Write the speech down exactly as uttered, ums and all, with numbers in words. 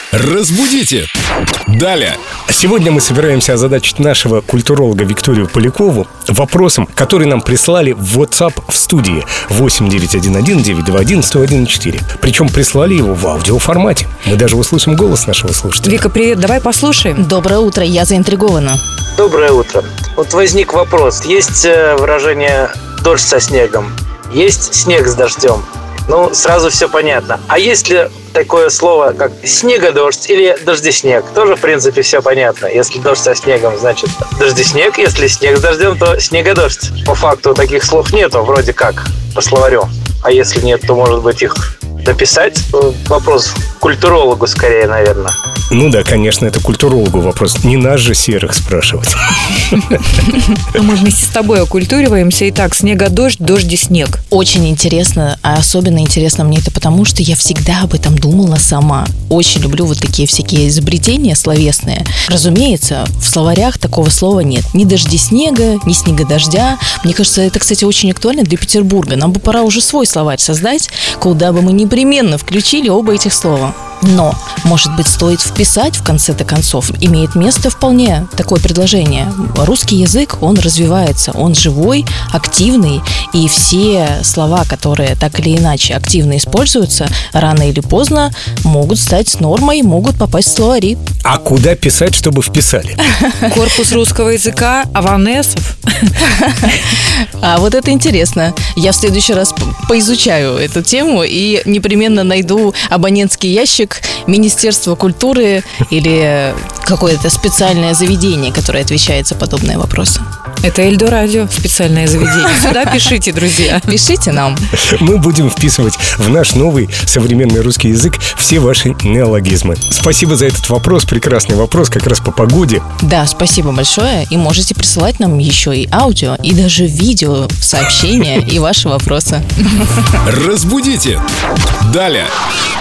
Разбудите! Далее! Сегодня мы собираемся озадачить нашего культуролога Викторию Полякову вопросом, который нам прислали в WhatsApp в студии восемь девять один один девять два один сто один четыре. Причем прислали его в аудиоформате. Мы даже услышим голос нашего слушателя. Вика, привет, давай послушаем. Доброе утро, я заинтригована. Доброе утро. Вот возник вопрос. Есть выражение «дождь со снегом», есть «снег с дождем». Ну, сразу все понятно. А есть ли такое слово, как снегодождь или дождеснег? Тоже, в принципе, все понятно. Если дождь со снегом, значит дождеснег. Если снег с дождем, то снегодождь. По факту таких слов нету, вроде как, по словарю. А если нет, то, может быть, их дописать? Вопрос к культурологу скорее, наверное. Ну да, конечно, это культурологу вопрос. Не нас же серых спрашивать. Мы вместе с тобой окультуриваемся. Итак, снегодождь, дождь и снег. Очень интересно, а особенно интересно мне это потому, что я всегда об этом думала сама. Очень люблю вот такие всякие изобретения словесные. Разумеется, в словарях такого слова нет. Ни дожди снега, ни снега дождя. Мне кажется, это, кстати, очень актуально для Петербурга. Нам бы пора уже свой словарь создать, куда бы мы непременно включили оба этих слова. Но, может быть, стоит вписать в конце-то концов. Имеет место вполне такое предложение. Русский язык, он развивается, он живой, активный, и все слова, которые так или иначе активно используются, рано или поздно могут стать нормой, могут попасть в словари. А куда писать, чтобы вписали? Корпус русского языка, Аванесов. А вот это интересно. Я в следующий раз поизучаю эту тему и непременно найду абонентский ящик Министерства культуры или какое-то специальное заведение, которое отвечает за подобные вопросы. Это Эльдо Радио, специальное заведение. Сюда пишите, друзья. Пишите нам. Мы будем вписывать в наш новый современный русский язык все ваши неологизмы. Спасибо за этот вопрос, прекрасный вопрос, как раз по погоде. Да, спасибо большое. И можете присылать нам еще и аудио, и даже видео, сообщения и ваши вопросы. Разбудите! Далее!